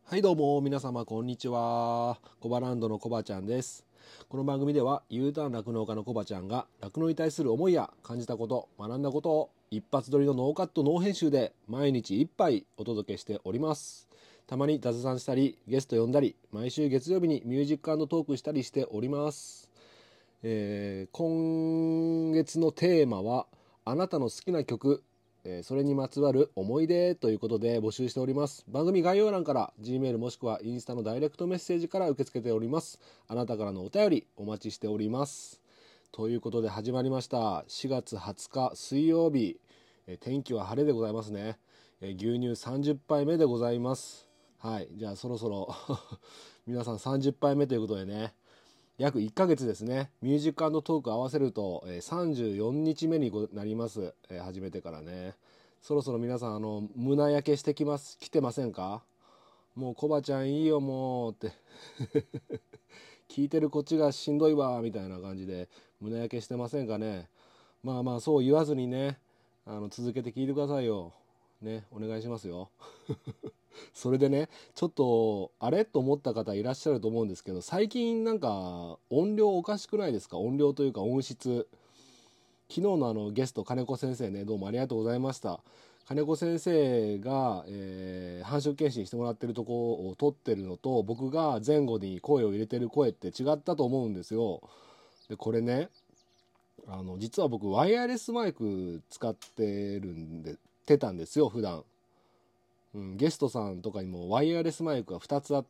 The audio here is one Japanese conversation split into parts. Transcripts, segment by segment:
はいどうも皆様こんにちは。コバランドのコバちゃんです。この番組では U ターン酪農家のコバちゃんが酪農に対する思いや感じたこと、学んだことを一発撮りのノーカットノー編集で毎日一杯お届けしております。たまに雑談したりゲスト呼んだり毎週月曜日にミュージック&トークしたりしております。今月のテーマはあなたの好きな曲、それにまつわる思い出ということで募集しております。番組概要欄から Gmail もしくはインスタのダイレクトメッセージから受け付けております。あなたからのお便りお待ちしております。ということで始まりました4月20日水曜日、天気は晴れでございますね。牛乳30杯目でございます。はい、じゃあそろそろ皆さん30杯目ということでね、約1ヶ月ですね。ミュージック&トーク合わせると、34日目になります、始めてからね。そろそろ皆さん胸焼けして来てませんか？もうコバちゃんいいよもうって聞いてるこっちがしんどいわみたいな感じで胸焼けしてませんかね。まあまあそう言わずにね、続けて聞いてくださいよね、お願いしますよ。それでね、ちょっとあれと思った方いらっしゃると思うんですけど、最近なんか音量おかしくないですか？音量というか音質。昨日のゲスト金子先生ね、どうもありがとうございました。金子先生が、繁殖検診してもらってるとこを撮ってるのと、僕が前後に声を入れてる声って違ったと思うんですよ。でこれね、実は僕ワイヤレスマイク使ってたんですよ普段。ゲストさんとかにもワイヤレスマイクが2つあって、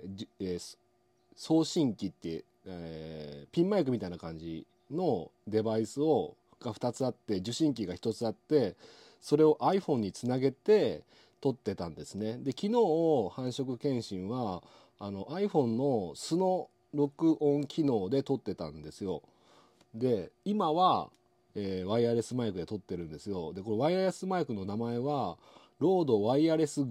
送信機って、ピンマイクみたいな感じのデバイスが2つあって、受信機が1つあって、それを iPhone につなげて撮ってたんですね。で昨日繁殖検診はiPhone の素の録音機能で撮ってたんですよ。で今は、ワイヤレスマイクで撮ってるんですよ。でこれワイヤレスマイクの名前はロードワイヤレス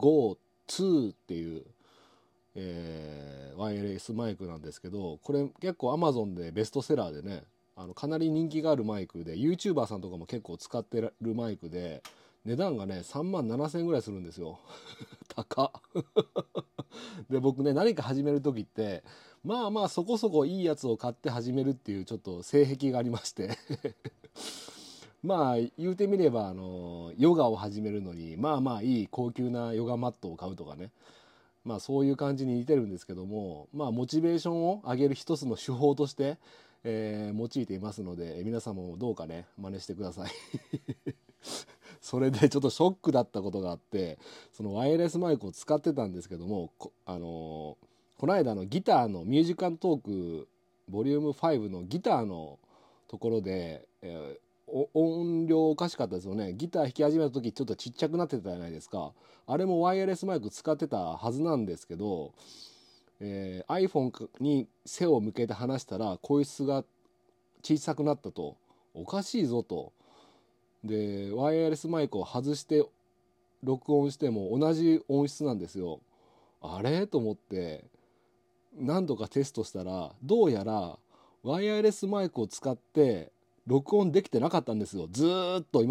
GO2 っていう、ワイヤレスマイクなんですけど、これ結構 Amazon でベストセラーでね、かなり人気があるマイクで YouTuber さんとかも結構使ってるマイクで、値段がね3万7千円ぐらいするんですよ。高っ。で僕ね、何か始める時ってまあまあそこそこいいやつを買って始めるっていうちょっと性癖がありましてまあ言うてみればヨガを始めるのにまあまあいい高級なヨガマットを買うとかね、まあそういう感じに似てるんですけども、まあモチベーションを上げる一つの手法として、用いていますので、皆さんもどうかね真似してください。それでちょっとショックだったことがあって、そのワイヤレスマイクを使ってたんですけども、この間のギターのミュージカルトークボリューム5のギターのところで、音量おかしかったですよね。ギター弾き始めた時ちょっとちっちゃくなってたじゃないですか。あれもワイヤレスマイク使ってたはずなんですけど、iPhone に背を向けて話したら声質が小さくなったと。おかしいぞと。でワイヤレスマイクを外して録音しても同じ音質なんですよ。あれと思って何度かテストしたら、どうやらワイヤレスマイクを使って録音できてなかったんですよ。ずーっと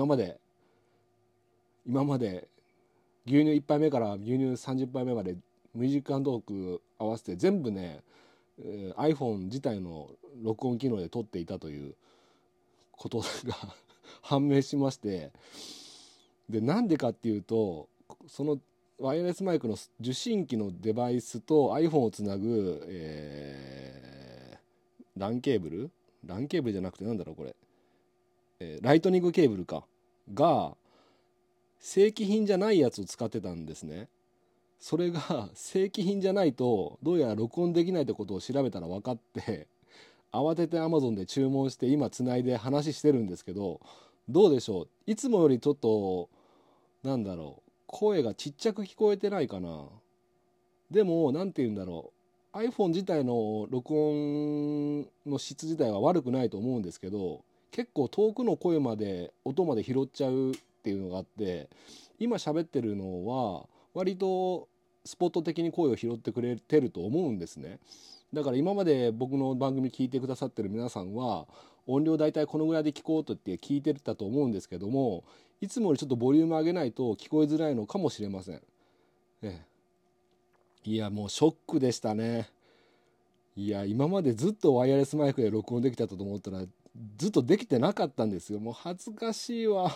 今まで牛乳1杯目から牛乳30杯目までミュージック&トーク合わせて全部ね、iPhone 自体の録音機能で撮っていたということが判明しまして、でなんでかっていうと、そのワイヤレスマイクの受信機のデバイスと iPhone をつなぐ、ランケーブルじゃなくてなんだろうこれ、ライトニングケーブルが正規品じゃないやつを使ってたんですね。それが正規品じゃないとどうやら録音できないってことを調べたら分かって、慌てて Amazon で注文して今つないで話してるんですけど、どうでしょう、いつもよりちょっとなんだろう、声がちっちゃく聞こえてないかな。でもなんて言うんだろう、 iPhone 自体の録音の質自体は悪くないと思うんですけど、結構遠くの声まで音まで拾っちゃうっていうのがあって、今喋ってるのは割とスポット的に声を拾ってくれてると思うんですね。だから今まで僕の番組聞いてくださってる皆さんは音量だいたいこのぐらいで聞こうと言って聞いてたと思うんですけども、いつもよりちょっとボリューム上げないと聞こえづらいのかもしれません。ええ、 いやもうショックでしたね。いや今までずっとワイヤレスマイクで録音できたと思ったらずっとできてなかったんですよ。もう恥ずかしいわ。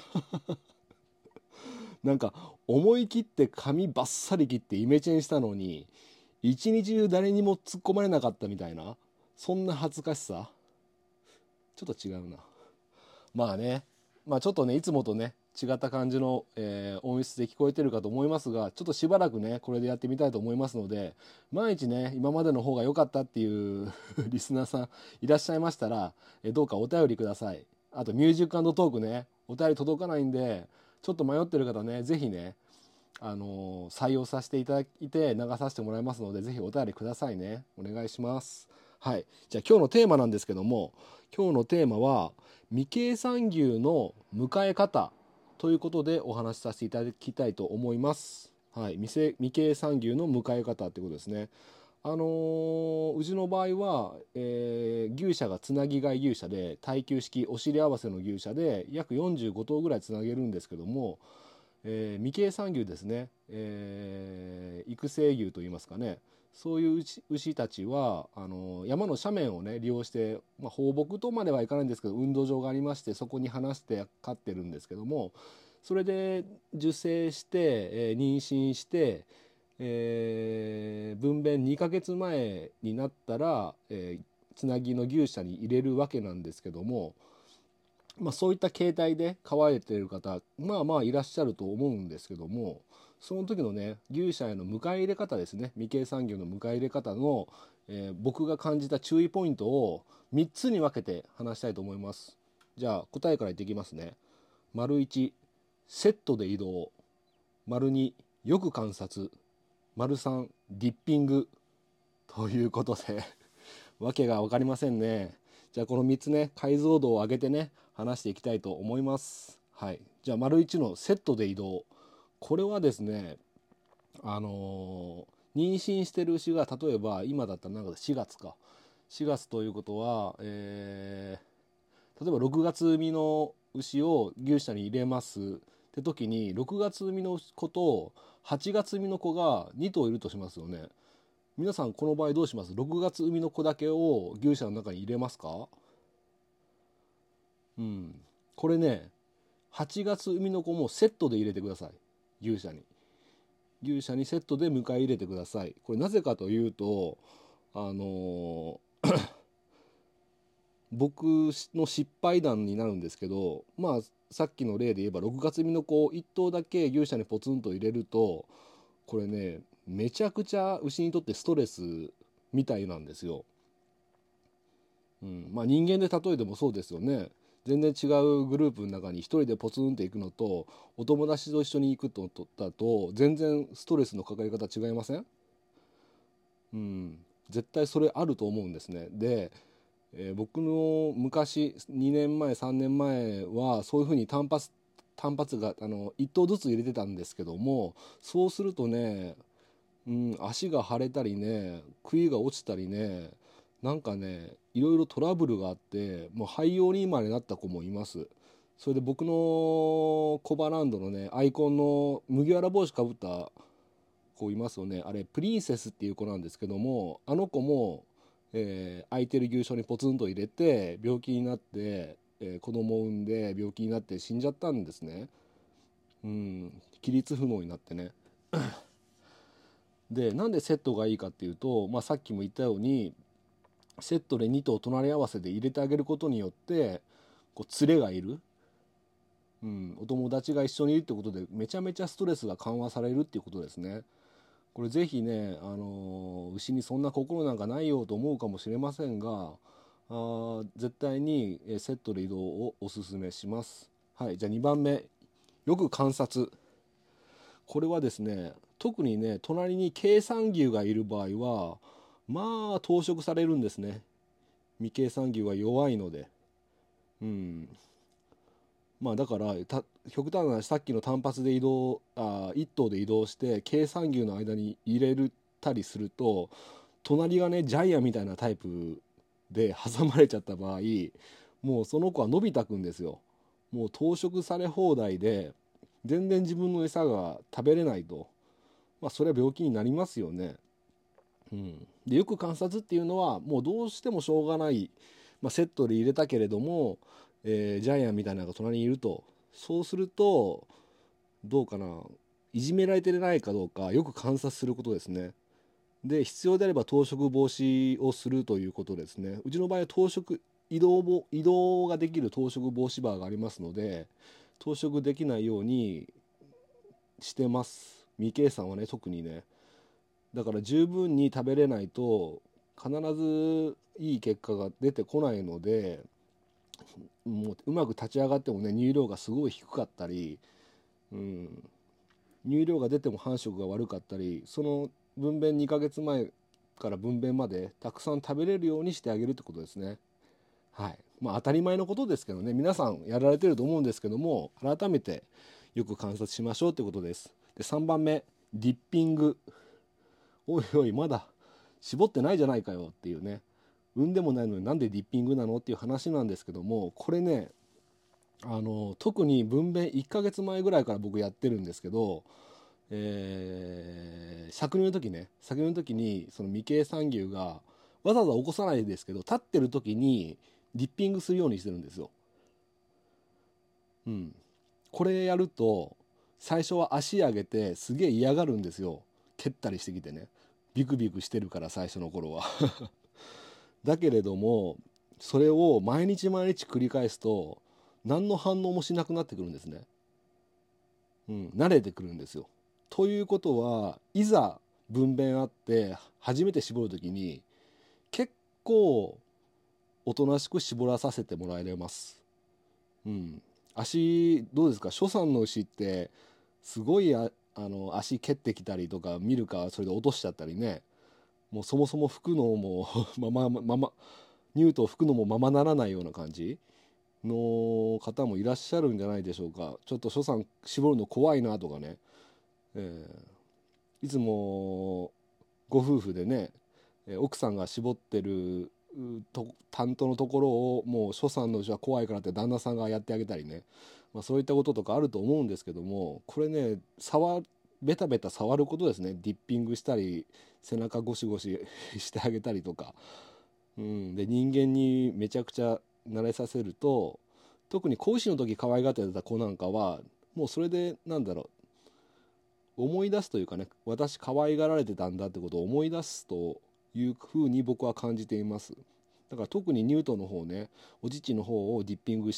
なんか思い切って髪バッサリ切ってイメチェンしたのに一日中誰にも突っ込まれなかったみたいな、そんな恥ずかしさちょっと違うな。まあね、まあちょっとねいつもとね違った感じの、音質で聞こえてるかと思いますが、ちょっとしばらくねこれでやってみたいと思いますので、万一ね今までの方が良かったっていうリスナーさんいらっしゃいましたら、どうかお便りください。あとミュージック&トークね、お便り届かないんでちょっと迷ってる方ね、ぜひね採用させていただいて流させてもらいますので、ぜひお便りくださいね。お願いします。はい、じゃあ今日のテーマなんですけども、今日のテーマは未経産牛の迎え方ということでお話しさせていただきたいと思います。はい、未経産牛の迎え方ってことですね。うちの場合は、牛舎がつなぎ飼い牛舎で耐久式お尻合わせの牛舎で約45頭ぐらいつなげるんですけども、未経産牛ですね、育成牛といいますかね、そういう牛たちは山の斜面をね利用して、放牧とまではいかないんですけど運動場がありまして、そこに放して飼ってるんですけども、それで受精して、妊娠して、分娩2ヶ月前になったら、つなぎの牛舎に入れるわけなんですけども、そういった形態で飼われている方まあまあいらっしゃると思うんですけども、その時のね牛舎への迎え入れ方ですね、未経産牛の迎え入れ方の、僕が感じた注意ポイントを3つに分けて話したいと思います。じゃあ答えから言っていきますね。丸1、セットで移動。丸2、よく観察。丸3、ディッピングということでわけが分かりませんね。じゃあこの3つね解像度を上げてね話していきたいと思います。はい、じゃあ丸1のセットで移動。これはですね、妊娠してる牛が例えば今だったら4月か、4月ということは、例えば6月産みの牛を牛舎に入れますって時に、6月産みの子と8月産みの子が2頭いるとしますよね。皆さんこの場合どうします？ 6 月産みの子だけを牛舎の中に入れますか？うん。これね、8月産みの子もセットで入れてください。牛舎に。牛舎にセットで迎え入れてください。これなぜかというと、僕の失敗談になるんですけど、さっきの例で言えば6月産みの子1頭だけ牛舎にポツンと入れると、これねめちゃくちゃ牛にとってストレスみたいなんですよ。人間で例えてもそうですよね。全然違うグループの中に一人でポツンって行くのとお友達と一緒に行くとだと全然ストレスのかかり方違いません？絶対それあると思うんですね。で、僕の昔2年前3年前はそういうふうに単発が1頭ずつ入れてたんですけども、そうするとね、足が腫れたりね、杭が落ちたりね、なんかねいろいろトラブルがあって、もう廃用にまでなった子もいます。それで僕のコバランドのねアイコンの麦わら帽子かぶった子いますよね。あれプリンセスっていう子なんですけども、あの子も、空いてる牛舎にポツンと入れて病気になって、子供を産んで病気になって死んじゃったんですね。起立不能になってね。でなんでセットがいいかっていうと、さっきも言ったようにセットで2頭隣り合わせで入れてあげることによってこう連れがいる、お友達が一緒にいるってことでめちゃめちゃストレスが緩和されるっていうことですね。これぜひね、牛にそんな心なんかないよと思うかもしれませんが、絶対にセットで移動をおすすめします。はい、じゃあ2番目、よく観察。これはですね、特にね隣に経産牛がいる場合は凍食されるんですね。未経産牛は弱いので。だから極端なさっきの単発で1頭で移動して経産牛の間に入れたりすると、隣がねジャイアンみたいなタイプで挟まれちゃった場合、もうその子は伸びたくんですよ。もう凍食され放題で全然自分の餌が食べれないと、それは病気になりますよね。 でよく観察っていうのはもうどうしてもしょうがない、セットで入れたけれども、ジャイアンみたいなのが隣にいると、そうするとどうかな、いじめられてないかどうかよく観察することですね。で必要であれば投食防止をするということですね。うちの場合は移動ができる投食防止バーがありますので、投食できないようにしてます。未計算はね、特にね。だから十分に食べれないと必ずいい結果が出てこないので、もううまく立ち上がってもね、乳量がすごい低かったり、乳量が出ても繁殖が悪かったり、その分娩2ヶ月前から分娩までたくさん食べれるようにしてあげるってことですね。はい。当たり前のことですけどね、皆さんやられてると思うんですけども、改めてよく観察しましょうってことです。で、3番目、ディッピング。おいおい、まだ絞ってないじゃないかよっていうね、産んでもないのになんでディッピングなのっていう話なんですけども、これね、特に分娩1ヶ月前ぐらいから僕やってるんですけど、搾乳の時にその未経産牛がわざわざ起こさないですけど、立ってる時にディッピングするようにしてるんですよ。これやると最初は足上げてすげえ嫌がるんですよ。蹴ったりしてきてね、ビクビクしてるから最初の頃はだけれどもそれを毎日毎日繰り返すと何の反応もしなくなってくるんですね。慣れてくるんですよ。ということはいざ分娩あって初めて絞る時に結構おとなしく絞らさせてもらえます。足どうですか？初産の牛ってすごい足蹴ってきたりとか見るか、それで落としちゃったりね、もうそもそも拭くのもニュートを拭くのもままならないような感じの方もいらっしゃるんじゃないでしょうか。ちょっと初産絞るの怖いなとかね、いつもご夫婦でね、奥さんが絞ってる担当のところをもう初産のうちは怖いからって旦那さんがやってあげたりね、そういったこととかあると思うんですけども、これね、ベタベタ触ることですね。ディッピングしたり背中ゴシゴシしてあげたりとか、で人間にめちゃくちゃ慣れさせると、特に子牛の時可愛がってた子なんかはもうそれで思い出すというかね、私可愛がられてたんだってことを思い出すというふうに僕は感じています。だから特にニュートの方ね、お乳の方をディッピングして、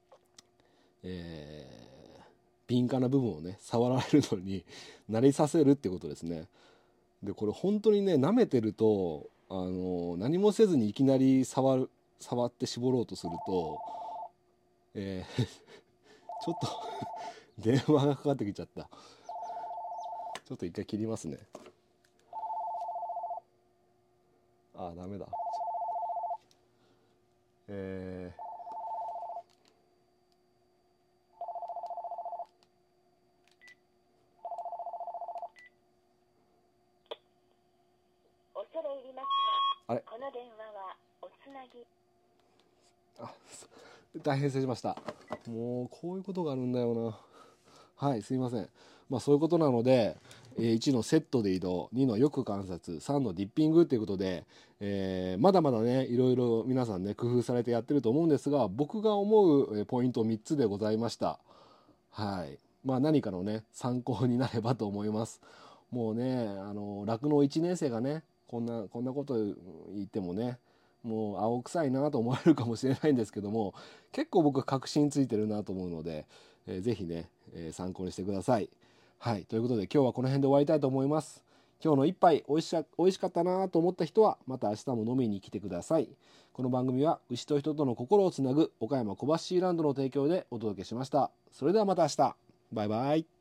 敏感な部分をね触られるのに慣れさせるってことですね。でこれ本当にね、舐めてると何もせずにいきなり触って絞ろうとすると、ちょっと電話がかかってきちゃった。ちょっと一回切りますね。ダメだ。 恐れ入りますが、この電話はおつなぎ。 大変失礼しました。もうこういうことがあるんだよな。はい、すいません。そういうことなので、1のセットで移動、2のよく観察、3のディッピングということで、まだまだね、いろいろ皆さんね、工夫されてやってると思うんですが、僕が思うポイント3つでございました。はい。何かのね、参考になればと思います。もうね、酪農1年生がね、こんなこと言ってもね、もう青臭いなと思われるかもしれないんですけども、結構僕は確信ついてるなと思うので、ぜひね、参考にしてください。はい、ということで今日はこの辺で終わりたいと思います。今日の一杯美味しかったなと思った人はまた明日も飲みに来てください。この番組は牛と人との心をつなぐ岡山小橋ランドの提供でお届けしました。それではまた明日。バイバイ。